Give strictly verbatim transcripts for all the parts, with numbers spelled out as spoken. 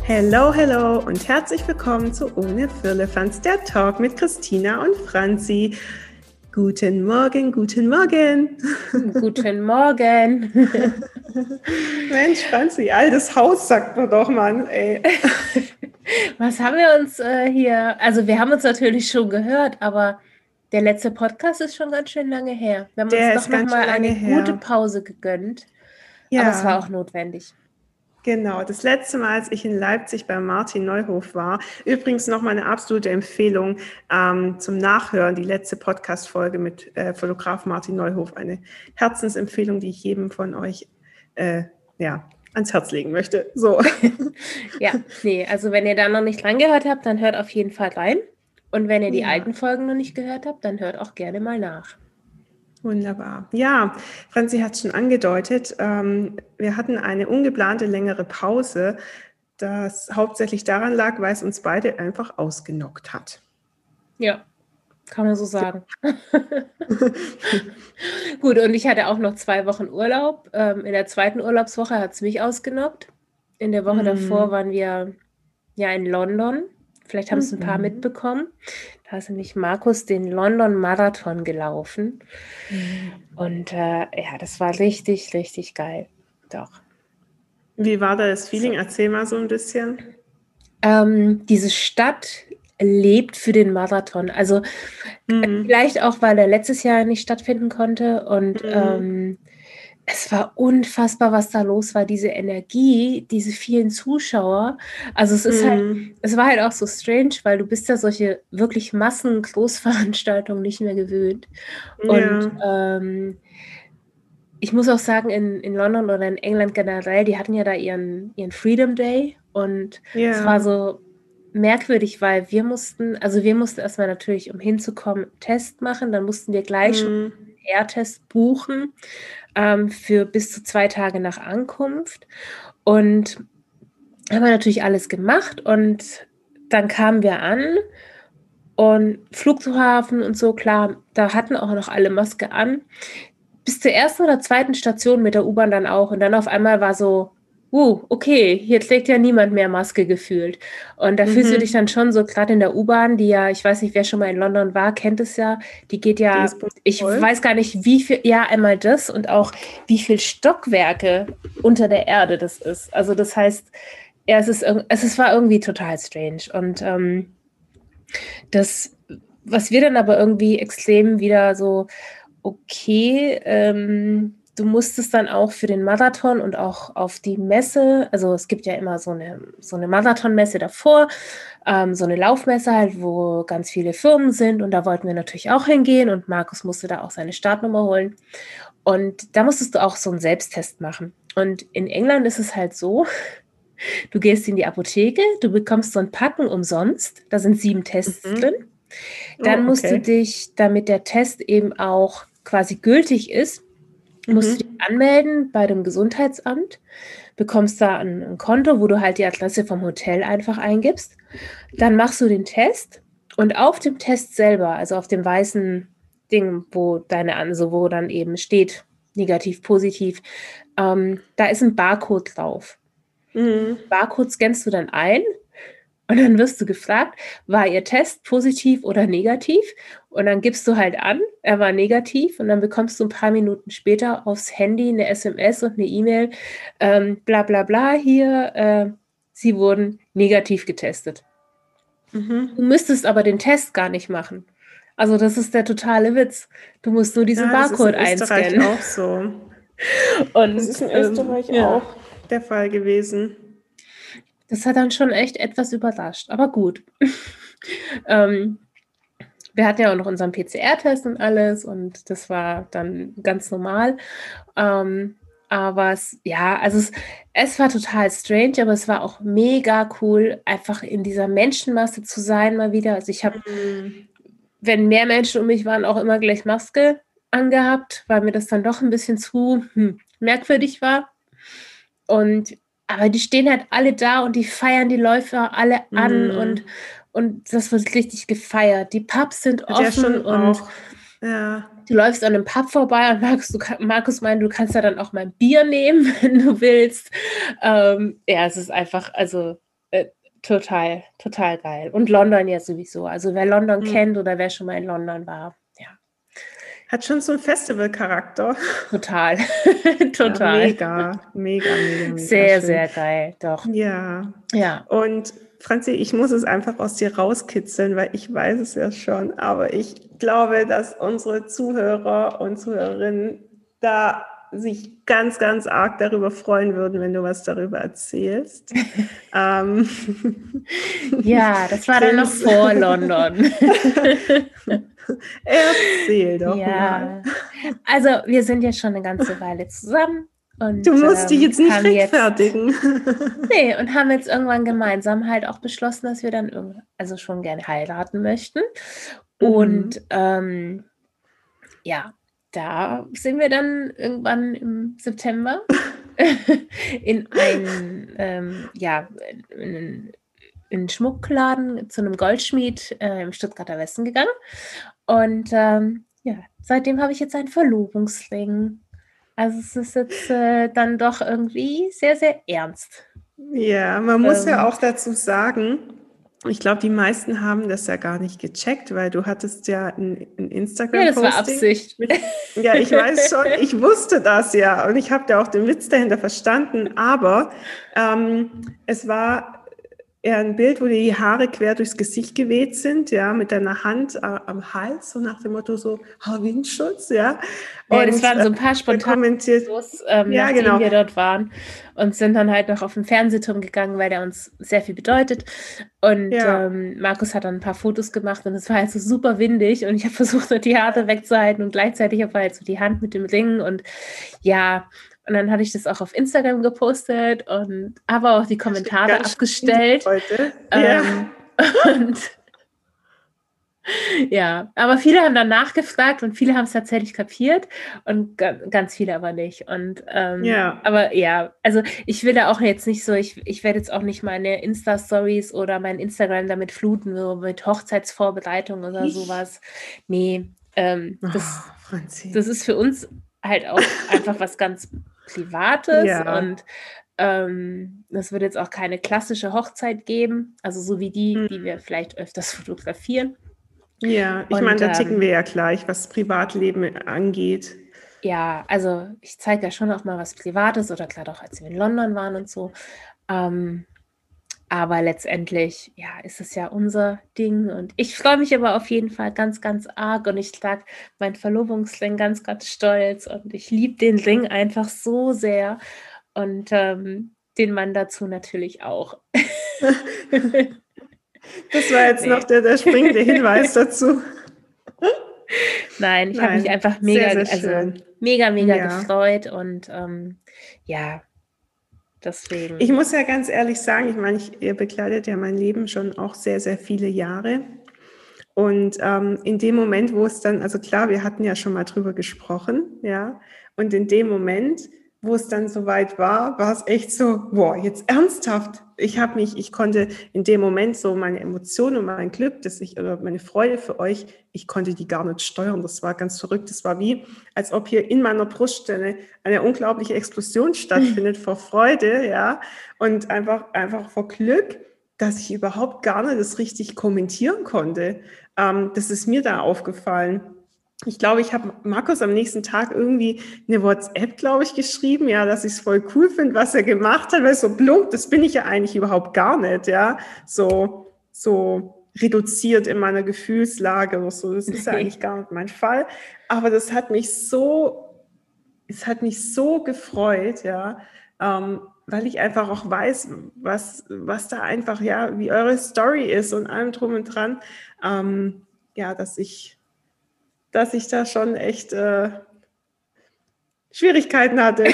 Hello, hello und herzlich willkommen zu Ohne Firlefanz, der Talk mit Christina und Franzi. Guten Morgen, guten Morgen. Guten Morgen. Mensch, Franzi, altes Haus, sagt man doch, Mann, ey. Was haben wir uns äh, hier, also wir haben uns natürlich schon gehört, aber der letzte Podcast ist schon ganz schön lange her. Wir haben Der uns ist doch ganz nochmal schön lange eine her. gute Pause gegönnt, Ja. aber es war auch notwendig. Genau, das letzte Mal, als ich in Leipzig bei Martin Neuhof war, übrigens noch mal eine absolute Empfehlung ähm, zum Nachhören, die letzte Podcast-Folge mit äh, Fotograf Martin Neuhof, eine Herzensempfehlung, die ich jedem von euch äh, ja, ans Herz legen möchte. So. Ja, nee, also wenn ihr da noch nicht reingehört habt, dann hört auf jeden Fall rein. Und wenn ihr die Ja. alten Folgen noch nicht gehört habt, dann hört auch gerne mal nach. Wunderbar. Ja, Franzi hat es schon angedeutet, ähm, wir hatten eine ungeplante längere Pause, das hauptsächlich daran lag, weil es uns beide einfach ausgenockt hat. Ja, kann man so sagen. Gut, und ich hatte auch noch zwei Wochen Urlaub. Ähm, in der zweiten Urlaubswoche hat es mich ausgenockt. In der Woche Mhm. davor waren wir ja in London. Vielleicht haben es ein paar Mhm. mitbekommen. Da ist nämlich Markus den London-Marathon gelaufen. Mhm. Und äh, ja, das war richtig, richtig geil. Doch. Wie war da das Feeling? Erzähl mal so ein bisschen. Ähm, diese Stadt lebt für den Marathon. Also Mhm. vielleicht auch, weil er letztes Jahr nicht stattfinden konnte. Und Mhm. ähm, es war unfassbar, was da los war. Diese Energie, diese vielen Zuschauer. Also es ist Mhm. halt, es war halt auch so strange, weil du bist ja solche wirklich Massen-Großveranstaltungen nicht mehr gewöhnt. Ja. Und ähm, ich muss auch sagen, in, in London oder in England generell, die hatten ja da ihren, ihren Freedom Day. Und Ja. es war so merkwürdig, weil wir mussten, also wir mussten erstmal natürlich, um hinzukommen, einen Test machen. Dann mussten wir gleich schon Mhm. einen P C R-Test buchen ähm, für bis zu zwei Tage nach Ankunft. Und haben wir natürlich alles gemacht. Und dann kamen wir an und Flughafen und so, klar, da hatten auch noch alle Maske an. Bis zur ersten oder zweiten Station mit der U-Bahn dann auch. Und dann auf einmal war so, uh, okay, hier trägt ja niemand mehr Maske gefühlt. Und da Mhm. fühlst du dich dann schon so, gerade in der U-Bahn, die ja, ich weiß nicht, wer schon mal in London war, kennt es ja, die geht ja, Die ist ich voll. weiß gar nicht, wie viel, ja, einmal das und auch wie viel Stockwerke unter der Erde das ist. Also das heißt, ja, es ist, irg- es ist, war irgendwie total strange. Und ähm, das, was wir dann aber irgendwie extrem wieder so, okay, ähm, du musstest dann auch für den Marathon und auch auf die Messe, also es gibt ja immer so eine, so eine Marathonmesse davor, ähm, so eine Laufmesse halt, wo ganz viele Firmen sind und da wollten wir natürlich auch hingehen und Markus musste da auch seine Startnummer holen und da musstest du auch so einen Selbsttest machen. Und in England ist es halt so, du gehst in die Apotheke, du bekommst so ein Packen umsonst, da sind sieben Tests Mhm. drin. Dann Oh, musst du okay. dich, damit der Test eben auch quasi gültig ist, musst du dich Mhm. anmelden bei dem Gesundheitsamt, bekommst da ein, ein Konto, wo du halt die Adresse vom Hotel einfach eingibst. Dann machst du den Test und auf dem Test selber, also auf dem weißen Ding, wo deine, also wo dann eben steht, negativ, positiv, ähm, da ist ein Barcode drauf. Mhm. Barcode scannst du dann ein und dann wirst du gefragt, war Ihr Test positiv oder negativ? Und dann gibst du halt an, er war negativ und dann bekommst du ein paar Minuten später aufs Handy eine S M S und eine E-Mail, ähm, bla bla bla hier, äh, Sie wurden negativ getestet. Mhm. Du müsstest aber den Test gar nicht machen. Also das ist der totale Witz. Du musst nur diesen Ja, das ist in Barcode Österreich einscannen. auch so. Das Und ist in ähm, Österreich ja, auch der Fall gewesen. das hat dann schon echt etwas überrascht. Aber gut. ähm, Wir hatten ja auch noch unseren P C R-Test und alles und das war dann ganz normal. Ähm, aber es, ja, also es, es war total strange, aber es war auch mega cool, einfach in dieser Menschenmasse zu sein mal wieder. Also ich habe, Mhm. wenn mehr Menschen um mich waren, auch immer gleich Maske angehabt, weil mir das dann doch ein bisschen zu hm, merkwürdig war. Und aber die stehen halt alle da und die feiern die Läufer alle an und, Mhm. und das wird richtig gefeiert. Die Pubs sind Hat ja offen schon und auch, ja. du läufst an einem Pub vorbei und Markus, du, Markus meint, du kannst ja dann auch mal ein Bier nehmen, wenn du willst. Ähm, ja, es ist einfach, also total, total geil. Und London ja sowieso. Also wer London Hm. kennt oder wer schon mal in London war, ja, Hat schon so einen Festivalcharakter. total, Ja, total. mega, mega, mega, mega Sehr, schön. sehr geil, doch. Ja. Ja. Und Franzi, ich muss es einfach aus dir rauskitzeln, weil ich weiß es ja schon, aber ich glaube, dass unsere Zuhörer und Zuhörerinnen da sich ganz, ganz arg darüber freuen würden, wenn du was darüber erzählst. ähm, Ja, das war dann noch Grinsen. vor London. Erzähl doch mal. Ja, also wir sind jetzt schon eine ganze Weile zusammen und Du musst dich ähm, jetzt nicht haben jetzt, rechtfertigen. nee, und haben jetzt irgendwann gemeinsam halt auch beschlossen, dass wir dann irgend, also schon gerne heiraten möchten. Und Mhm. ähm, ja, da sind wir dann irgendwann im September in ein, ähm, ja, in, in einen Schmuckladen zu einem Goldschmied äh, im Stuttgarter Westen gegangen. Und ähm, ja, seitdem habe ich jetzt einen Verlobungsring. Also es ist jetzt äh, dann doch irgendwie sehr, sehr ernst. Ja, man muss ja Ähm, auch dazu sagen, ich glaube, die meisten haben das ja gar nicht gecheckt, weil du hattest ja ein, ein ja, das war Instagram-Posting. Absicht. Mit, ja, ich weiß schon, ich wusste das ja und ich habe ja auch den Witz dahinter verstanden, aber ähm, es war eher ein Bild, wo dir die Haare quer durchs Gesicht geweht sind, ja, mit deiner Hand äh, am Hals, so nach dem Motto so, ha, Windschutz, ja. Ja, Und das waren so ein paar äh, spontane kommentiert, Fotos, ähm, ja, nachdem genau. wir dort waren und sind dann halt noch auf den Fernsehturm gegangen, weil der uns sehr viel bedeutet. Und Ja. ähm, Markus hat dann ein paar Fotos gemacht und es war halt so super windig und ich habe versucht, so die Haare wegzuhalten und gleichzeitig habe ich halt so die Hand mit dem Ring und ja, und dann hatte ich das auch auf Instagram gepostet und habe auch die Kommentare Ganz abgestellt. heute. Ähm, Ja. und ja, aber viele haben dann nachgefragt und viele haben es tatsächlich kapiert und ga- ganz viele aber nicht. Und ähm, Ja. aber ja, also ich will da auch jetzt nicht so, ich, ich werde jetzt auch nicht meine Insta-Stories oder mein Instagram damit fluten, so mit Hochzeitsvorbereitung oder Ich? sowas. Nee, ähm, Oh, das, Franzi. das ist für uns halt auch einfach was ganz Privates Ja. und ähm, es wird jetzt auch keine klassische Hochzeit geben, also so wie die, die wir vielleicht öfters fotografieren. Ja, ich Und meine, da ticken ähm, wir ja gleich, was Privatleben angeht. ja, also ich zeige ja schon auch mal was Privates oder gerade auch, als wir in London waren und so. Ähm, aber letztendlich, ja, ist es ja unser Ding. Und ich freue mich aber auf jeden Fall ganz, ganz arg. Und ich trage meinen Verlobungsring ganz, ganz stolz. Und ich liebe den Ring einfach so sehr. Und ähm, den Mann dazu natürlich auch. Das war jetzt noch Nee. der, der springende Hinweis dazu. Nein, ich habe mich Nein, einfach sehr, mega, sehr also schön. mega, mega Ja. gefreut. Und ähm, ja, deswegen. Ich muss ja ganz ehrlich sagen, ich meine, ich, ihr begleitet ja mein Leben schon auch sehr, sehr viele Jahre. Und ähm, in dem Moment, wo es dann, also klar, wir hatten ja schon mal drüber gesprochen, ja, und in dem Moment, wo es dann soweit war, war es echt so, boah, jetzt ernsthaft. Ich habe mich, ich konnte in dem Moment so meine Emotionen und mein Glück, dass ich, oder meine Freude für euch, ich konnte die gar nicht steuern. Das war ganz verrückt. Das war wie, als ob hier in meiner Bruststelle eine unglaubliche Explosion stattfindet vor Freude, ja, und einfach, einfach vor Glück, dass ich überhaupt gar nicht das richtig kommentieren konnte. Ähm, das ist mir da aufgefallen. Ich glaube, ich habe Markus am nächsten Tag irgendwie eine WhatsApp, glaube ich, geschrieben, ja, dass ich es voll cool finde, was er gemacht hat, weil so plump, das bin ich ja eigentlich überhaupt gar nicht, ja, so, so reduziert in meiner Gefühlslage oder so, das ist ja eigentlich gar nicht mein Fall, aber das hat mich so, es hat mich so gefreut, ja, ähm, weil ich einfach auch weiß, was, was da einfach, ja, wie eure Story ist und allem drum und dran, ähm, ja, dass ich dass ich da schon echt äh, Schwierigkeiten hatte.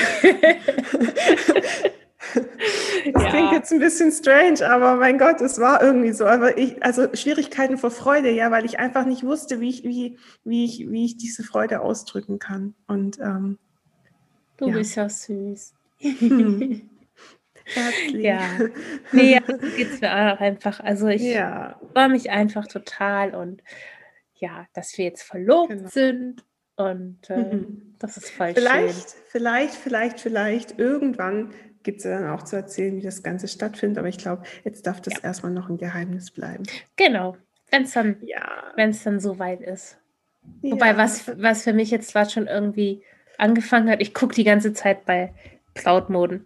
Das Ja. klingt jetzt ein bisschen strange, aber mein Gott, es war irgendwie so. Aber ich, also Schwierigkeiten vor Freude, ja, weil ich einfach nicht wusste, wie ich, wie, wie ich, wie ich diese Freude ausdrücken kann. Und ähm, Du ja. bist ja süß. Hm. Herzlich. Ja. Nee, also so geht es mir auch einfach. Also ich Ja, freue mich einfach total und ja, dass wir jetzt verlobt genau. sind und äh, Mhm. das ist voll schön. Vielleicht, vielleicht, vielleicht, vielleicht irgendwann gibt es ja dann auch zu erzählen, wie das Ganze stattfindet. Aber ich glaube, jetzt darf das Ja. erstmal noch ein Geheimnis bleiben. Genau, wenn es dann, Ja. wenn es dann soweit ist. Wobei, Ja. was, was für mich jetzt gerade schon irgendwie angefangen hat, ich gucke die ganze Zeit bei Cloud-Moden.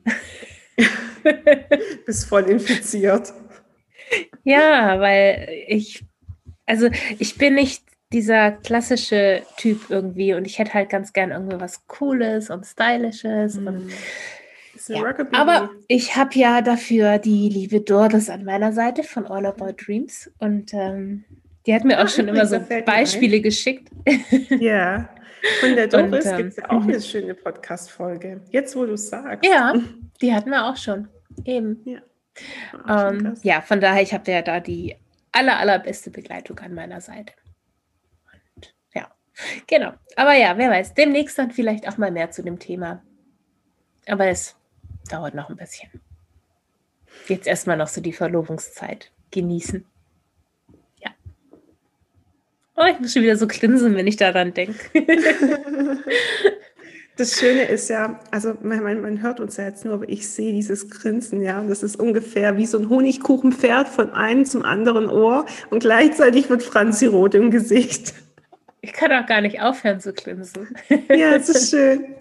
Bist voll infiziert. Ja, weil ich, also ich bin nicht dieser klassische Typ irgendwie und ich hätte halt ganz gern irgendwie was Cooles und Stylisches. Mhm. Und, Bisschen ja. Rockabilly. Aber ich habe ja dafür die liebe Doris an meiner Seite von All About Dreams und ähm, die hat mir Ah, auch schon übrigens, immer da so fällt mir Beispiele ein. geschickt. Ja, von der Und, Doris ähm, gibt es ja auch mhm. eine schöne Podcast-Folge. Jetzt, wo du es sagst. Ja, die hatten wir auch schon. Eben. Ja, war auch schon Ähm, krass. ja, von daher, ich habe ja da die aller, allerbeste Begleitung an meiner Seite. Und, ja, genau. Aber ja, wer weiß, demnächst dann vielleicht auch mal mehr zu dem Thema. Aber es dauert noch ein bisschen. Jetzt erstmal noch so die Verlobungszeit genießen. Ja. Oh, ich muss schon wieder so grinsen, wenn ich daran denke. Das Schöne ist ja, also man, man, man hört uns ja jetzt nur, aber ich sehe dieses Grinsen, ja, und das ist ungefähr wie so ein Honigkuchenpferd von einem zum anderen Ohr und gleichzeitig wird Franzi rot im Gesicht. Ich kann auch gar nicht aufhören zu grinsen. Ja, es ist schön.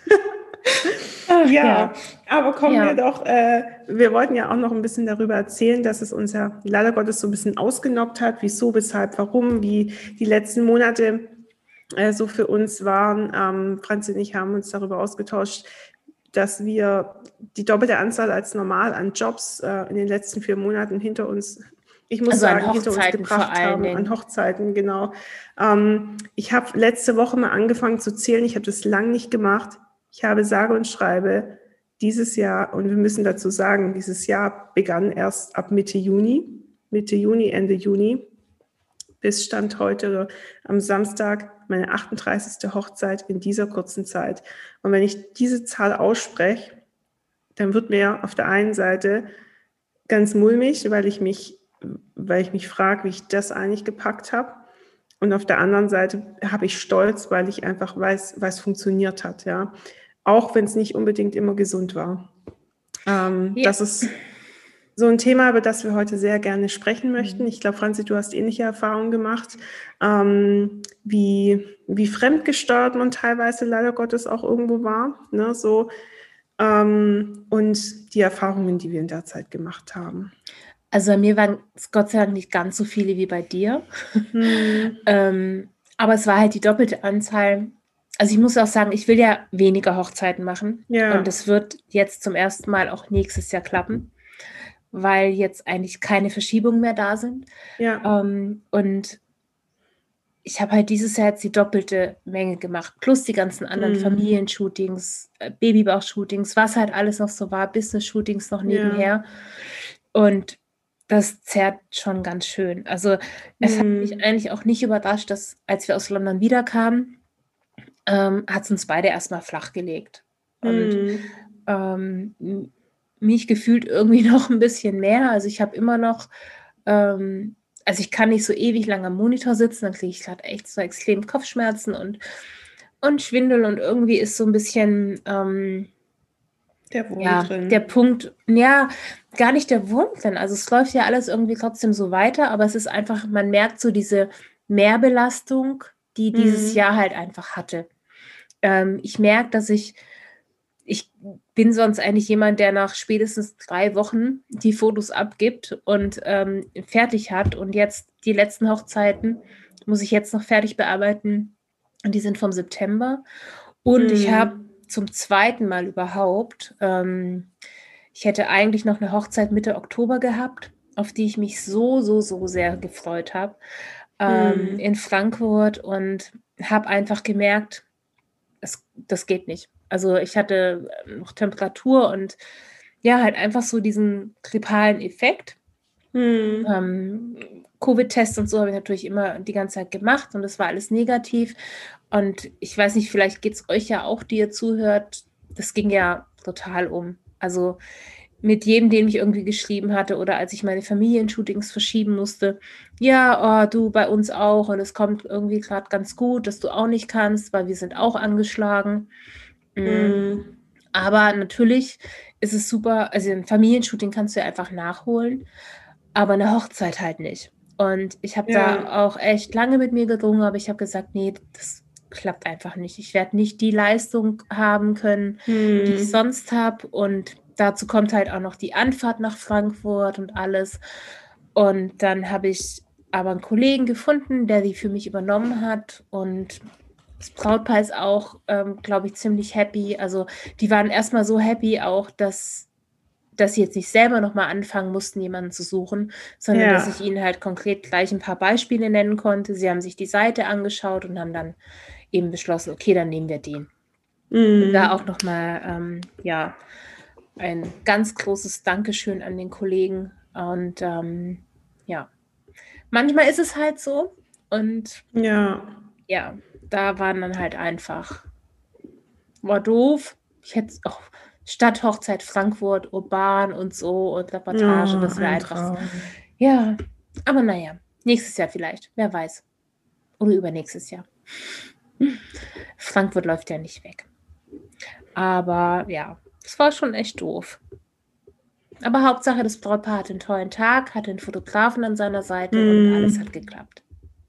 Ach, Ja, ja. aber kommen Ja. wir doch, äh, wir wollten ja auch noch ein bisschen darüber erzählen, dass es uns ja leider Gottes so ein bisschen ausgenockt hat, wieso, weshalb, warum, wie die letzten Monate äh, so für uns waren. Ähm, Franzi und ich haben uns darüber ausgetauscht, dass wir die doppelte Anzahl als normal an Jobs äh, in den letzten vier Monaten hinter uns, ich muss Also an sagen, hinter uns Hochzeiten vor gebracht allen haben, Dingen. an Hochzeiten, genau. Ähm, ich habe letzte Woche mal angefangen zu zählen, ich habe das lang nicht gemacht. Ich habe sage und schreibe dieses Jahr, und wir müssen dazu sagen, dieses Jahr begann erst ab Mitte Juni, Mitte Juni, Ende Juni, bis Stand heute am Samstag meine achtunddreißigste Hochzeit in dieser kurzen Zeit. Und wenn ich diese Zahl ausspreche, dann wird mir auf der einen Seite ganz mulmig, weil ich mich, weil ich mich frage, wie ich das eigentlich gepackt habe. Und auf der anderen Seite habe ich Stolz, weil ich einfach weiß, was funktioniert hat, ja. Auch wenn es nicht unbedingt immer gesund war. Ähm, Ja. Das ist so ein Thema, über das wir heute sehr gerne sprechen möchten. Ich glaube, Franzi, du hast ähnliche Erfahrungen gemacht, ähm, wie, wie fremdgesteuert man teilweise leider Gottes auch irgendwo war, ne, so, ähm, und die Erfahrungen, die wir in der Zeit gemacht haben. Also bei mir waren es Gott sei Dank nicht ganz so viele wie bei dir. Hm. ähm, aber es war halt die doppelte Anzahl. Also ich muss auch sagen, ich will ja weniger Hochzeiten machen. Ja. Und es wird jetzt zum ersten Mal auch nächstes Jahr klappen, weil jetzt eigentlich keine Verschiebungen mehr da sind. Ja. Ähm, und ich habe halt dieses Jahr jetzt die doppelte Menge gemacht, plus die ganzen anderen Hm. Familienshootings, äh, Babybauch-Shootings, was halt alles noch so war, Business-Shootings noch Ja. nebenher. Und das zerrt schon ganz schön. Also es hat mich Hm. eigentlich auch nicht überrascht, dass als wir aus London wiederkamen, ähm, hat es uns beide erstmal flach gelegt. Und Hm. ähm, m- mich gefühlt irgendwie noch ein bisschen mehr. Also ich habe immer noch, ähm, also ich kann nicht so ewig lang am Monitor sitzen, dann kriege ich gerade echt so extrem Kopfschmerzen und, und Schwindel und irgendwie ist so ein bisschen, ähm, Der Wurm ja, drin. der Punkt, ja, gar nicht der Wurm drin. Also es läuft ja alles irgendwie trotzdem so weiter, aber es ist einfach, man merkt so diese Mehrbelastung, die dieses Hm. Jahr halt einfach hatte. Ähm, ich merke, dass ich, ich bin sonst eigentlich jemand, der nach spätestens drei Wochen die Fotos abgibt und ähm, fertig hat. Und jetzt die letzten Hochzeiten muss ich jetzt noch fertig bearbeiten. Und die sind vom September. Und ich Hm. habe zum zweiten Mal überhaupt, ähm, ich hätte eigentlich noch eine Hochzeit Mitte Oktober gehabt, auf die ich mich so, so, so sehr gefreut habe, ähm, Hm. in Frankfurt und habe einfach gemerkt, es, das geht nicht. Also ich hatte noch Temperatur und ja, halt einfach so diesen grippalen Effekt. Hm. Ähm, Covid-Tests und so habe ich natürlich immer die ganze Zeit gemacht und es war alles negativ. Und ich weiß nicht, vielleicht geht es euch ja auch, die ihr zuhört. Das ging ja total um. Also mit jedem, den ich irgendwie geschrieben hatte oder als ich meine Familienshootings verschieben musste. Ja, oh, du bei uns auch und es kommt irgendwie gerade ganz gut, dass du auch nicht kannst, weil wir sind auch angeschlagen. Mhm. Hm. Aber natürlich ist es super, also ein Familienshooting kannst du ja einfach nachholen, aber eine Hochzeit halt nicht. Und ich habe Ja. da auch echt lange mit mir gerungen, aber ich habe gesagt, nee, das klappt einfach nicht. Ich werde nicht die Leistung haben können, die ich Hm. sonst habe. Und dazu kommt halt auch noch die Anfahrt nach Frankfurt und alles. Und dann habe ich aber einen Kollegen gefunden, der die für mich übernommen hat. Und das Brautpaar ist auch, ähm, glaube ich, ziemlich happy. Also die waren erstmal so happy auch, dass dass sie jetzt nicht selber nochmal anfangen mussten, jemanden zu suchen, sondern dass Ja. ich ihnen halt konkret gleich ein paar Beispiele nennen konnte. Sie haben sich die Seite angeschaut und haben dann eben beschlossen, okay, dann nehmen wir den. Und da auch Hm. nochmal, ähm, ja, ein ganz großes Dankeschön an den Kollegen. Und ähm, ja, manchmal ist es halt so. Und Ja. ja, da waren dann halt einfach, war doof. Ich hätte auch Stadthochzeit Frankfurt, urban und so und Reportage, Oh, das wäre ein einfach, Traum. ja, aber naja, nächstes Jahr vielleicht, wer weiß. Oder übernächstes Jahr. Frankfurt läuft ja nicht weg. Aber ja, es war schon echt doof. Aber Hauptsache, das Brautpaar hatte einen tollen Tag, hatte einen Fotografen an seiner Seite Hm. und alles hat geklappt.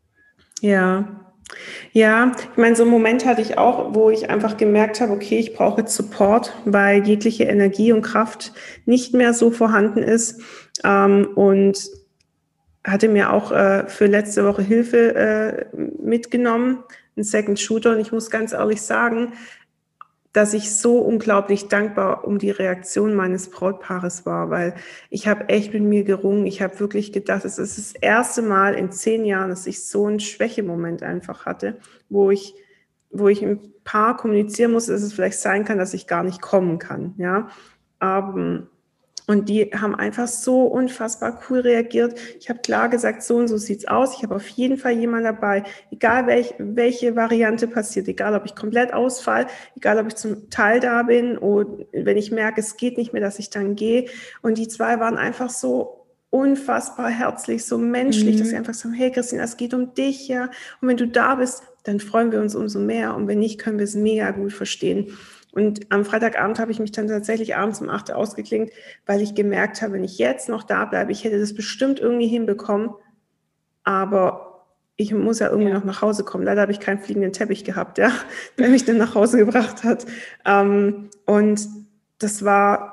Ja. Ja, ich meine, so einen Moment hatte ich auch, wo ich einfach gemerkt habe, okay, ich brauche jetzt Support, weil jegliche Energie und Kraft nicht mehr so vorhanden ist. Ähm, und hatte mir auch äh, für letzte Woche Hilfe äh, mitgenommen, einen Second Shooter. Und ich muss ganz ehrlich sagen, dass ich so unglaublich dankbar um die Reaktion meines Brautpaares war, weil ich habe echt mit mir gerungen. Ich habe wirklich gedacht, es ist das erste Mal in zehn Jahren, dass ich so einen Schwächemoment einfach hatte, wo ich, wo ich ein Paar kommunizieren muss, dass es vielleicht sein kann, dass ich gar nicht kommen kann. Ja, aber und die haben einfach so unfassbar cool reagiert. Ich habe klar gesagt, so und so sieht's aus. Ich habe auf jeden Fall jemanden dabei, egal welch, welche Variante passiert, egal ob ich komplett ausfall, egal ob ich zum Teil da bin oder wenn ich merke, es geht nicht mehr, dass ich dann gehe. Und die zwei waren einfach so unfassbar herzlich, so menschlich, Mhm. dass sie einfach sagen, hey Christine, es geht um dich, ja. Und wenn du da bist, dann freuen wir uns umso mehr. Und wenn nicht, können wir es mega gut verstehen. Und am Freitagabend habe ich mich dann tatsächlich abends um acht Uhr ausgeklinkt, weil ich gemerkt habe, wenn ich jetzt noch da bleibe, ich hätte das bestimmt irgendwie hinbekommen, aber ich muss ja irgendwie Ja. noch nach Hause kommen. Leider habe ich keinen fliegenden Teppich gehabt, ja, der mich dann nach Hause gebracht hat. Ähm, und das war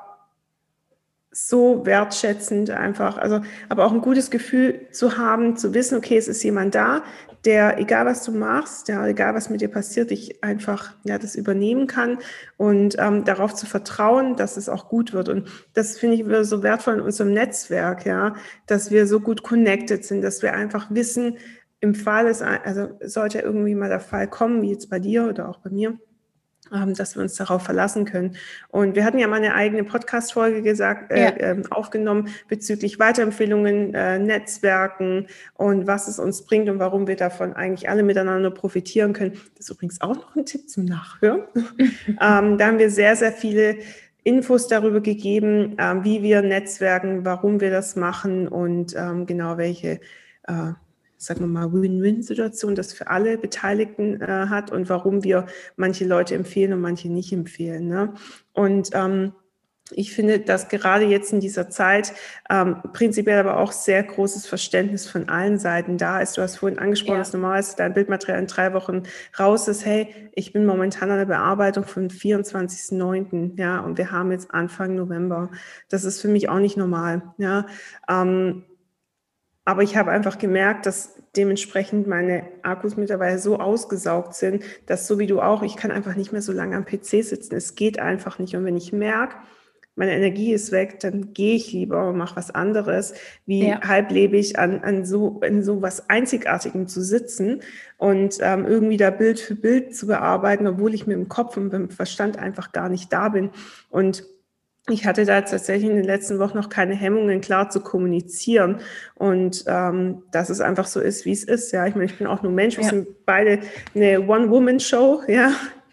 so wertschätzend einfach, also aber auch ein gutes Gefühl zu haben, zu wissen, okay, es ist jemand da, der, egal was du machst, ja, egal was mit dir passiert, dich einfach ja das übernehmen kann und ähm, darauf zu vertrauen, dass es auch gut wird. Und das finde ich so wertvoll in unserem Netzwerk, ja, dass wir so gut connected sind, dass wir einfach wissen, im Fall ist, also sollte irgendwie mal der Fall kommen, wie jetzt bei dir oder auch bei mir, dass wir uns darauf verlassen können. Und wir hatten ja mal eine eigene Podcast-Folge gesagt, äh, Ja. aufgenommen bezüglich Weiterempfehlungen, äh, Netzwerken und was es uns bringt und warum wir davon eigentlich alle miteinander profitieren können. Das ist übrigens auch noch ein Tipp zum Nachhören. ähm, da haben wir sehr, sehr viele Infos darüber gegeben, äh, wie wir netzwerken, warum wir das machen und ähm, genau welche äh, sagen wir mal, Win-Win-Situation, das für alle Beteiligten äh, hat und warum wir manche Leute empfehlen und manche nicht empfehlen. Ne? Und ähm, ich finde, dass gerade jetzt in dieser Zeit ähm, prinzipiell aber auch sehr großes Verständnis von allen Seiten da ist. Du hast vorhin angesprochen, Ja. dass normalerweise dein Bildmaterial in drei Wochen raus ist. Hey, ich bin momentan an der Bearbeitung von vierundzwanzigsten neunten Ja, und wir haben jetzt Anfang November. Das ist für mich auch nicht normal. Ja, ähm, aber ich habe einfach gemerkt, dass dementsprechend meine Akkus mittlerweile so ausgesaugt sind, dass so wie du auch, ich kann einfach nicht mehr so lange am P C sitzen. Es geht einfach nicht. Und wenn ich merke, meine Energie ist weg, dann gehe ich lieber und mache was anderes, wie Ja. halblebig an, an so, in so was Einzigartigem zu sitzen und ähm, irgendwie da Bild für Bild zu bearbeiten, obwohl ich mit dem Kopf und mit dem Verstand einfach gar nicht da bin. Und ich hatte da tatsächlich in den letzten Wochen noch keine Hemmungen, klar zu kommunizieren und ähm, dass es einfach so ist, wie es ist. Ja, ich meine, ich bin auch nur Mensch. Wir Ja. sind beide eine One-Woman-Show, ja.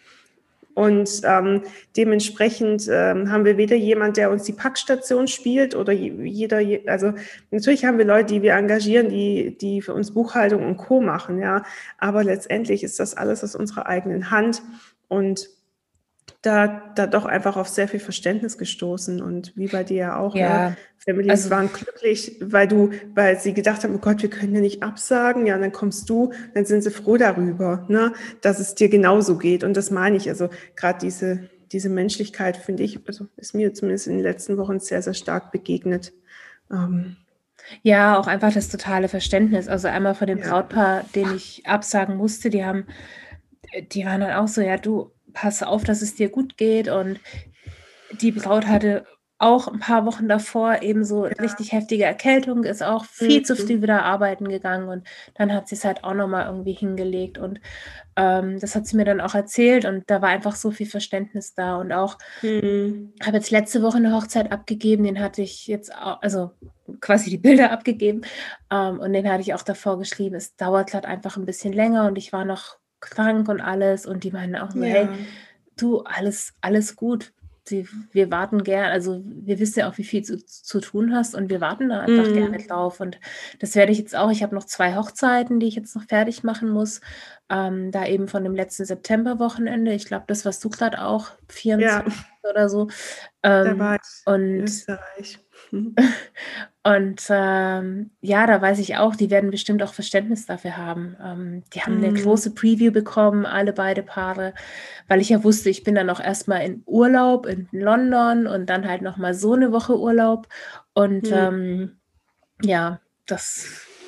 Und ähm, dementsprechend ähm, haben wir weder jemand, der uns die Packstation spielt oder jeder, also natürlich haben wir Leute, die wir engagieren, die, die für uns Buchhaltung und Co. machen, ja. Aber letztendlich ist das alles aus unserer eigenen Hand und da, da doch einfach auf sehr viel Verständnis gestoßen und wie bei dir ja auch, ne? Ja, Families also waren glücklich, weil du, weil sie gedacht haben, oh Gott, wir können ja nicht absagen, ja, und dann kommst du, dann sind sie froh darüber, ne, dass es dir genauso geht. Und das meine ich, also gerade diese, diese Menschlichkeit, finde ich, also ist mir zumindest in den letzten Wochen sehr, sehr stark begegnet. Ähm, ja, auch einfach das totale Verständnis. Also einmal von dem ja. Brautpaar, den ich absagen musste, die haben, die waren dann auch so, ja, du, pass auf, dass es dir gut geht. Und die Braut hatte auch ein paar Wochen davor eben so richtig heftige Erkältung, ist auch viel zu früh Mhm. wieder arbeiten gegangen und dann hat sie es halt auch nochmal irgendwie hingelegt und ähm, das hat sie mir dann auch erzählt und da war einfach so viel Verständnis da und auch Mhm. habe jetzt letzte Woche eine Hochzeit abgegeben, den hatte ich jetzt auch, also quasi die Bilder abgegeben ähm, und den hatte ich auch davor geschrieben, es dauert gerade einfach ein bisschen länger und ich war noch krank und alles und die meinen auch so, hey, Ja. du, alles, alles gut. Sie, wir warten gern, also wir wissen ja auch, wie viel du zu, zu tun hast und wir warten da einfach gerne Mhm. drauf. Und das werde ich jetzt auch. Ich habe noch zwei Hochzeiten, die ich jetzt noch fertig machen muss. Ähm, da eben von dem letzten Septemberwochenende. Ich glaube, das warst du gerade auch, Ja, vierundzwanzig oder so. da war Ähm, ich in und Österreich. Mhm. und ähm, ja, da weiß ich auch, die werden bestimmt auch Verständnis dafür haben. Ähm, die haben eine Mhm. große Preview bekommen, alle beide Paare, weil ich ja wusste, ich bin dann auch erstmal in Urlaub in London und dann halt nochmal so eine Woche Urlaub. Und Mhm. ähm, ja, das,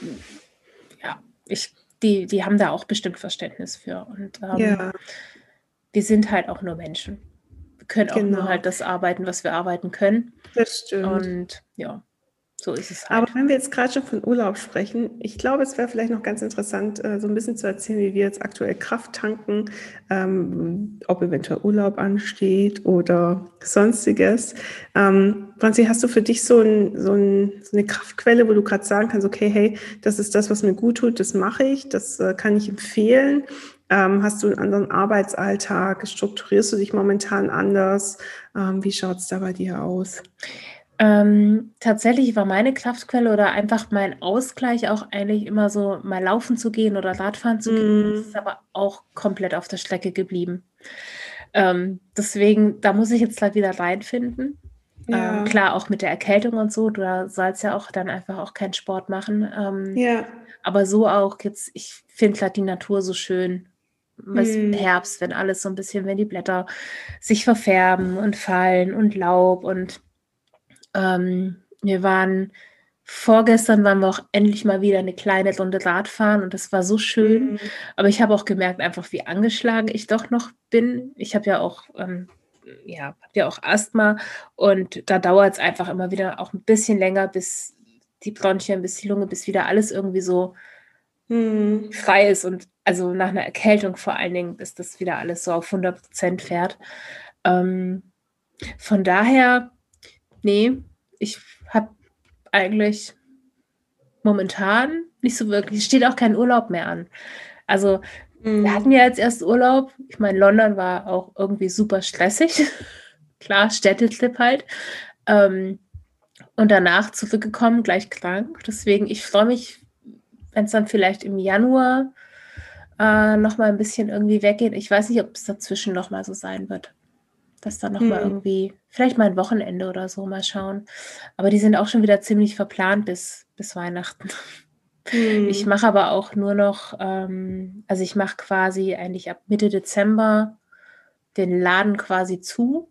ja, ich, die, die haben da auch bestimmt Verständnis für. Und ähm, Ja, wir sind halt auch nur Menschen. Wir können auch nur genau. halt das arbeiten, was wir arbeiten können. Das stimmt. Und ja, so ist es Aber halt. wenn wir jetzt gerade schon von Urlaub sprechen, ich glaube, es wäre vielleicht noch ganz interessant, äh, so ein bisschen zu erzählen, wie wir jetzt aktuell Kraft tanken, ähm, ob eventuell Urlaub ansteht oder sonstiges. Ähm, Franzi, hast du für dich so, ein, so, ein, so eine Kraftquelle, wo du gerade sagen kannst, okay, hey, das ist das, was mir gut tut, das mache ich, das äh, kann ich empfehlen. Ähm, hast du einen anderen Arbeitsalltag? Strukturierst du dich momentan anders? Ähm, wie schaut es da bei dir aus? Ähm, tatsächlich war meine Kraftquelle oder einfach mein Ausgleich auch eigentlich immer so, mal laufen zu gehen oder Radfahren zu gehen. Das ist Mm, aber auch komplett auf der Strecke geblieben. Ähm, deswegen, da muss ich jetzt halt wieder reinfinden. Ähm, ja, klar, auch mit der Erkältung und so, du sollst ja auch dann einfach auch keinen Sport machen. Ähm, ja. aber so auch jetzt, ich finde halt die Natur so schön. Was Mm, Herbst, wenn alles so ein bisschen, wenn die Blätter sich verfärben und fallen und Laub und ähm, wir waren vorgestern waren wir auch endlich mal wieder eine kleine Runde Radfahren und das war so schön. mm, Aber ich habe auch gemerkt, einfach wie angeschlagen ich doch noch bin. Ich habe ja auch, ähm, ja, habe ja auch Asthma und da dauert es einfach immer wieder auch ein bisschen länger, bis die Bronchien, bis die Lunge, bis wieder alles irgendwie so mm. frei ist und also nach einer Erkältung vor allen Dingen, bis das wieder alles so auf hundert Prozent fährt. Ähm, von daher, nee, ich habe eigentlich momentan nicht so wirklich. Es steht auch kein Urlaub mehr an. Also, wir hatten Mhm. ja jetzt erst Urlaub. Ich meine, London war auch irgendwie super stressig. Klar, Städtetrip halt. Ähm, und danach zurückgekommen, gleich krank. Deswegen, ich freue mich, wenn es dann vielleicht im Januar äh, noch mal ein bisschen irgendwie weggeht. Ich weiß nicht, ob es dazwischen noch mal so sein wird. Dass dann noch mal Mhm. irgendwie, vielleicht mal ein Wochenende oder so, mal schauen. Aber die sind auch schon wieder ziemlich verplant bis, bis Weihnachten. Ich Mhm. mache aber auch nur noch, ähm, also ich mache quasi eigentlich ab Mitte Dezember den Laden quasi zu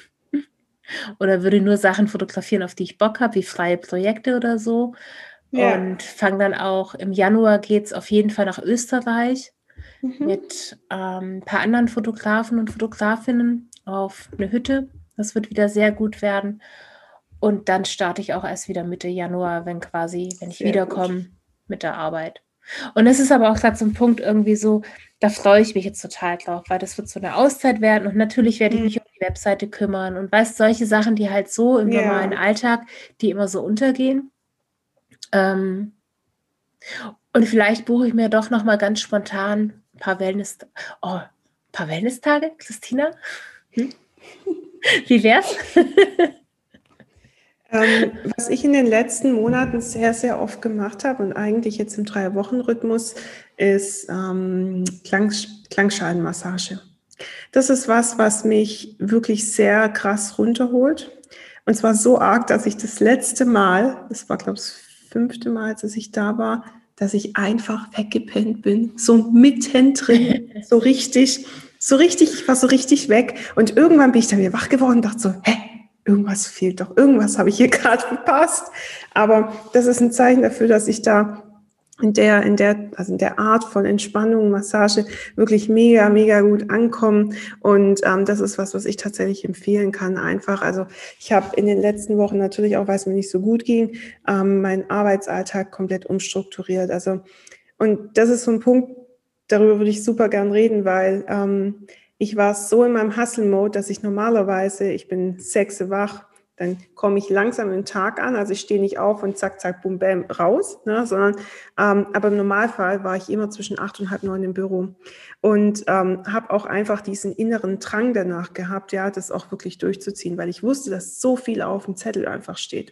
oder würde nur Sachen fotografieren, auf die ich Bock habe, wie freie Projekte oder so. Ja. Und fange dann auch im Januar geht's auf jeden Fall nach Österreich Mhm. mit ähm, ein paar anderen Fotografen und Fotografinnen auf eine Hütte. Das wird wieder sehr gut werden. Und dann starte ich auch erst wieder Mitte Januar, wenn quasi, wenn ich Sehr gut. wiederkomme mit der Arbeit. Und das ist aber auch gerade so ein Punkt irgendwie so, da freue ich mich jetzt total drauf, weil das wird so eine Auszeit werden und natürlich werde ich Mhm. mich um die Webseite kümmern und weißt, solche Sachen, die halt so im normalen Ja. Alltag, die immer so untergehen. Ähm, und vielleicht buche ich mir doch noch mal ganz spontan ein paar Wellness, oh, ein paar Wellness-Tage, Christina? Hm? Wie wär's? Ähm, was ich in den letzten Monaten sehr, sehr oft gemacht habe und eigentlich jetzt im Drei-Wochen-Rhythmus, ist ähm, Klang, Klangschalenmassage. Das ist was, was mich wirklich sehr krass runterholt. Und zwar so arg, dass ich das letzte Mal, das war, glaube ich, das fünfte Mal, als ich da war, dass ich einfach weggepennt bin. So mittendrin, so richtig, so richtig, ich war so richtig weg. Und irgendwann bin ich dann wieder wach geworden und dachte so, hä, irgendwas fehlt doch, irgendwas habe ich hier gerade verpasst. Aber das ist ein Zeichen dafür, dass ich da in der, in der, also in der Art von Entspannung, Massage wirklich mega, mega gut ankommen. Und ähm, das ist was, was ich tatsächlich empfehlen kann. Einfach, also ich habe in den letzten Wochen natürlich auch, weil es mir nicht so gut ging, ähm, meinen Arbeitsalltag komplett umstrukturiert. Also, und das ist so ein Punkt, darüber würde ich super gern reden, weil ähm, ich war so in meinem Hustle-Mode, dass ich normalerweise, ich bin sechs wach, dann komme ich langsam in den Tag an, also ich stehe nicht auf und zack, zack, bum, bam, raus, ne, sondern, ähm, aber im Normalfall war ich immer zwischen acht und halb neun im Büro und ähm, habe auch einfach diesen inneren Drang danach gehabt, ja, das auch wirklich durchzuziehen, weil ich wusste, dass so viel auf dem Zettel einfach steht.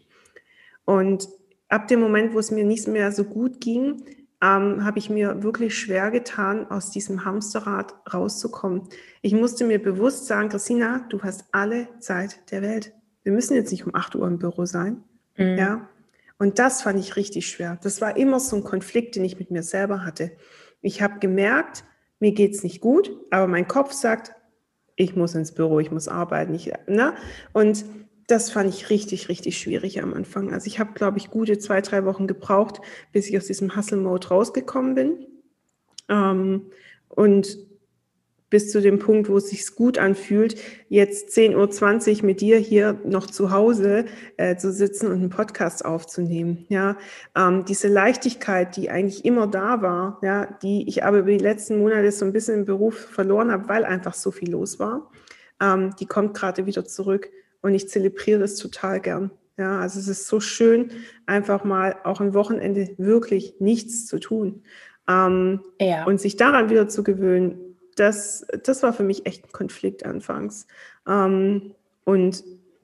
Und ab dem Moment, wo es mir nicht mehr so gut ging, ähm, habe ich mir wirklich schwer getan, aus diesem Hamsterrad rauszukommen. Ich musste mir bewusst sagen, Christina, du hast alle Zeit der Welt. Wir müssen jetzt nicht um acht Uhr im Büro sein. Mhm. Ja? Und das fand ich richtig schwer. Das war immer so ein Konflikt, den ich mit mir selber hatte. Ich habe gemerkt, mir geht es nicht gut, aber mein Kopf sagt, ich muss ins Büro, ich muss arbeiten. Ich, ne? Und das fand ich richtig, richtig schwierig am Anfang. Also ich habe, glaube ich, gute zwei, drei Wochen gebraucht, bis ich aus diesem Hustle-Mode rausgekommen bin. Ähm, und bis zu dem Punkt, wo es sich gut anfühlt, jetzt zehn Uhr zwanzig mit dir hier noch zu Hause äh, zu sitzen und einen Podcast aufzunehmen. Ja, ähm, diese Leichtigkeit, die eigentlich immer da war, ja, die ich aber über die letzten Monate so ein bisschen im Beruf verloren habe, weil einfach so viel los war, ähm, die kommt gerade wieder zurück und ich zelebriere das total gern. Ja, also es ist so schön, einfach mal auch am Wochenende wirklich nichts zu tun. Ähm, ja. Und sich daran wieder zu gewöhnen, das, das war für mich echt ein Konflikt anfangs. Ähm, und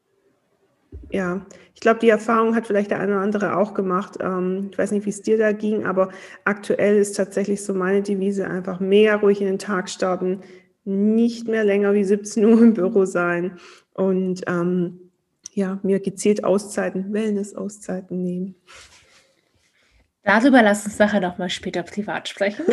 ja, ich glaube, die Erfahrung hat vielleicht der eine oder andere auch gemacht. Ähm, ich weiß nicht, wie es dir da ging, aber aktuell ist tatsächlich so meine Devise einfach mega ruhig in den Tag starten, nicht mehr länger wie siebzehn Uhr im Büro sein und ähm, ja, mir gezielt Auszeiten, Wellness-Auszeiten nehmen. Darüber lass uns nachher noch mal später privat sprechen.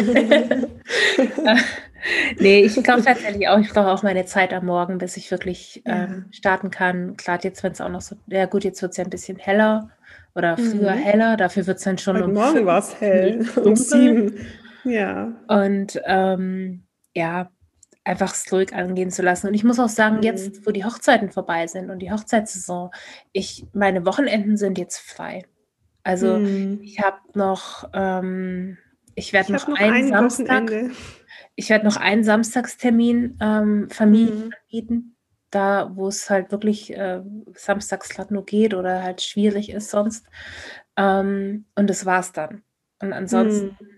Nee, ich glaube tatsächlich auch, ich brauche auch meine Zeit am Morgen, bis ich wirklich ja. ähm, starten kann. Klar, jetzt, wenn es auch noch so, ja gut, jetzt wird es ja ein bisschen heller oder früher mhm. heller, dafür wird es dann schon Heute um Morgen war es hell, um sieben. Ja. Und ähm, ja, einfach es ruhig angehen zu lassen. Und ich muss auch sagen, mhm. jetzt, wo die Hochzeiten vorbei sind und die Hochzeitssaison, ich, meine Wochenenden sind jetzt frei. Also hm. ich habe noch, ähm, ich werde noch, noch einen Samstag, Wochenende. ich werde noch einen Samstagstermin ähm, Familien hm. anbieten, da wo es halt wirklich äh, samstags glatt nur geht oder halt schwierig ist sonst. Ähm, und das war's dann. Und ansonsten, hm.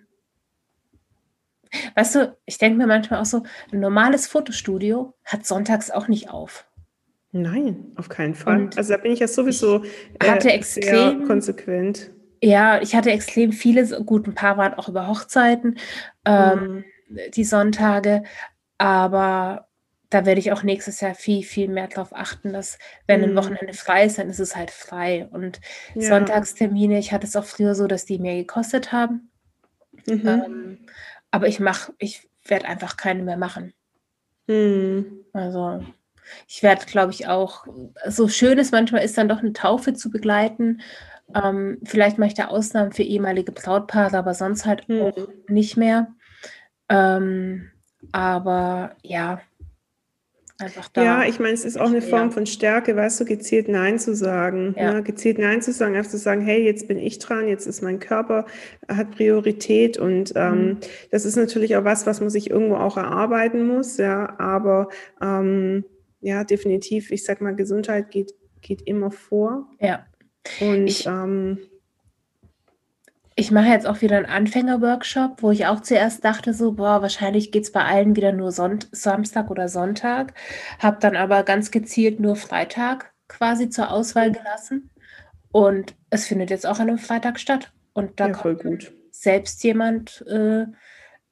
weißt du, ich denke mir manchmal auch so, ein normales Fotostudio hat sonntags auch nicht auf. Nein, auf keinen Fall. Und also da bin ich ja sowieso ich hatte äh, extrem, sehr konsequent. Ja, ich hatte extrem viele, gut, ein paar waren auch über Hochzeiten, ähm, mm. die Sonntage, aber da werde ich auch nächstes Jahr viel, viel mehr darauf achten, dass, wenn mm. ein Wochenende frei ist, dann ist es halt frei. Und ja. Sonntagstermine, ich hatte es auch früher so, dass die mehr gekostet haben, mhm. ähm, aber ich mache, ich werde einfach keine mehr machen. Mm. Also ich werde, glaube ich, auch, so schön es manchmal ist, dann doch eine Taufe zu begleiten. Ähm, vielleicht mache ich da Ausnahmen für ehemalige Brautpaare, aber sonst halt hm. auch nicht mehr. Ähm, aber ja, einfach da. Ja, ich meine, es ist auch eine Form ja. von Stärke, weißt du, gezielt Nein zu sagen. Ja. Ne? Gezielt Nein zu sagen, einfach zu sagen, hey, jetzt bin ich dran, jetzt ist mein Körper, hat Priorität und ähm, mhm. das ist natürlich auch was, was man sich irgendwo auch erarbeiten muss, ja, aber ähm, ja, definitiv, ich sag mal, Gesundheit geht, geht immer vor. Ja. Und ich, ähm, ich mache jetzt auch wieder einen Anfänger-Workshop, wo ich auch zuerst dachte so, boah, wahrscheinlich geht es bei allen wieder nur Sonnt- Samstag oder Sonntag. Habe dann aber ganz gezielt nur Freitag quasi zur Auswahl gelassen. Und es findet jetzt auch an einem Freitag statt. Und da ja, voll kommt gut. selbst jemand, äh,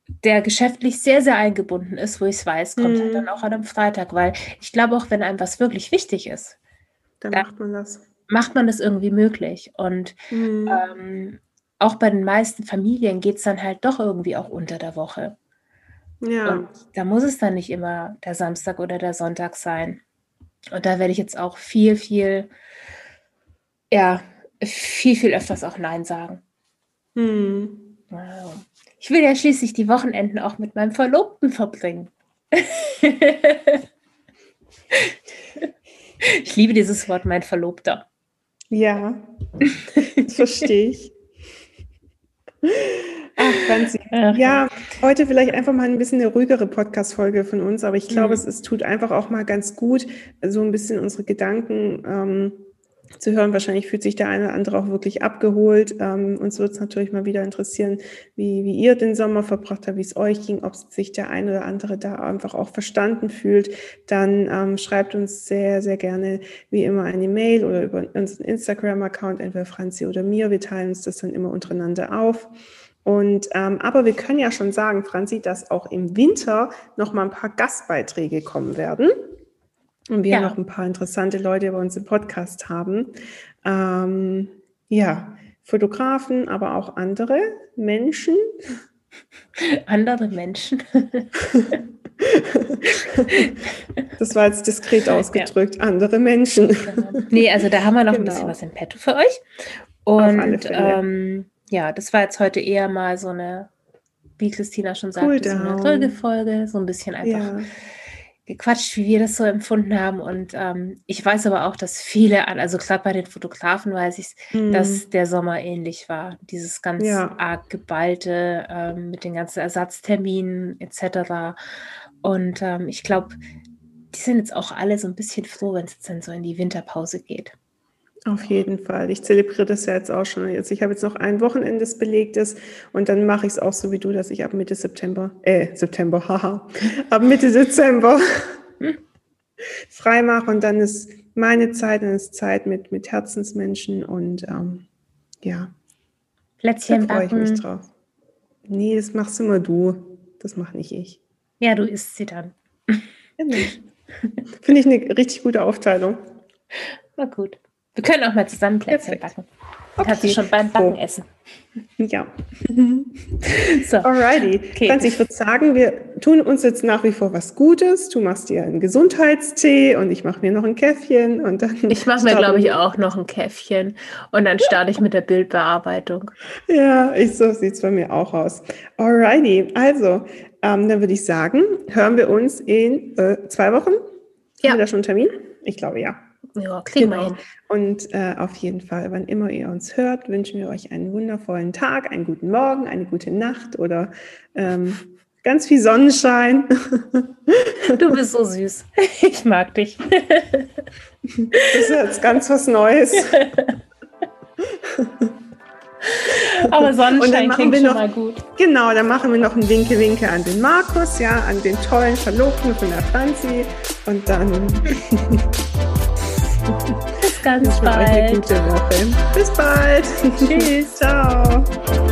der geschäftlich sehr, sehr eingebunden ist, wo ich es weiß, kommt Mhm. halt dann auch an einem Freitag, weil ich glaube auch, wenn einem was wirklich wichtig ist, Dann dann macht man das. macht man das irgendwie möglich. Und Mhm. ähm, auch bei den meisten Familien geht es dann halt doch irgendwie auch unter der Woche. Ja. Und da muss es dann nicht immer der Samstag oder der Sonntag sein. Und da werde ich jetzt auch viel, viel, ja, viel, viel öfters auch Nein sagen. Mhm. Wow. Ich will ja schließlich die Wochenenden auch mit meinem Verlobten verbringen. Ich liebe dieses Wort, mein Verlobter. Ja, das verstehe ich. Ach, Franzi. Ach, Ja, heute vielleicht einfach mal ein bisschen eine ruhigere Podcast-Folge von uns, aber ich glaube, Mhm. es, es tut einfach auch mal ganz gut, so ein bisschen unsere Gedanken ähm, zu hören. Wahrscheinlich fühlt sich der eine oder andere auch wirklich abgeholt. Ähm, uns wird es natürlich mal wieder interessieren, wie, wie ihr den Sommer verbracht habt, wie es euch ging, ob sich der eine oder andere da einfach auch verstanden fühlt. Dann ähm, schreibt uns sehr, sehr gerne wie immer eine Mail oder über unseren Instagram-Account, entweder Franzi oder mir. Wir teilen uns das dann immer untereinander auf. Und ähm, aber wir können ja schon sagen, Franzi, dass auch im Winter noch mal ein paar Gastbeiträge kommen werden. Und wir Ja. noch ein paar interessante Leute bei uns im Podcast haben. Ähm, ja, Fotografen, aber auch andere Menschen. Andere Menschen. Das war jetzt diskret ausgedrückt, andere Menschen. Nee, also da haben wir noch ein Genau. bisschen was im Petto für euch. Auf alle Und Fälle. ähm, ja, das war jetzt heute eher mal so eine, wie Christina schon sagte, so eine Cooldown. ruhige Folge, so ein bisschen einfach Ja, gequatscht, wie wir das so empfunden haben. Und ähm, ich weiß aber auch, dass viele, an- also gerade bei den Fotografen weiß ich, Mhm. dass der Sommer ähnlich war. Dieses ganz Ja. arg geballte ähm, mit den ganzen Ersatzterminen et cetera. Und ähm, ich glaube, die sind jetzt auch alle so ein bisschen froh, wenn es jetzt dann so in die Winterpause geht. Auf jeden Fall. Ich zelebriere das ja jetzt auch schon. Jetzt, ich habe jetzt noch ein Wochenende belegtes und dann mache ich es auch so wie du, dass ich ab Mitte September, äh, September, haha, ab Mitte Dezember frei mache und dann ist meine Zeit, dann ist Zeit mit, mit Herzensmenschen und ähm, ja, da Plätzchen freue ich mich backen. drauf. Nee, das machst immer du. Das mache nicht ich. Ja, du isst sie dann. Ja, Mensch. Finde ich eine richtig gute Aufteilung. Na gut. Wir können auch mal zusammen Plätzchen Perfekt. backen. Kannst du Okay. schon beim Backen So. essen. Ja. So. Alrighty. Okay. Franzi, ich würde sagen, wir tun uns jetzt nach wie vor was Gutes. Du machst dir einen Gesundheitstee und ich mache mir noch ein Käffchen und dann. Ich mache mir, starten glaube ich, wir- auch noch ein Käffchen und dann starte ich mit der Bildbearbeitung. Ja, ich, so sieht es bei mir auch aus. Alrighty. Also, ähm, dann würde ich sagen, hören wir uns in äh, zwei Wochen. Ja. Haben wir da schon einen Termin? Ich glaube, ja. Ja, kriegen wir Genau. hin. Und äh, auf jeden Fall, wann immer ihr uns hört, wünschen wir euch einen wundervollen Tag, einen guten Morgen, eine gute Nacht oder ähm, ganz viel Sonnenschein. Du bist so süß. Ich mag dich. Das ist jetzt ganz was Neues. Aber Und dann Sonnenschein machen klingt wir schon noch- mal gut. Genau, dann machen wir noch ein Winke-Winke an den Markus, ja, an den tollen Verlobten von der Franzi. Und dann Bis ganz wünschen wir euch eine bald. gute Woche. Bis bald. Tschüss. Ciao.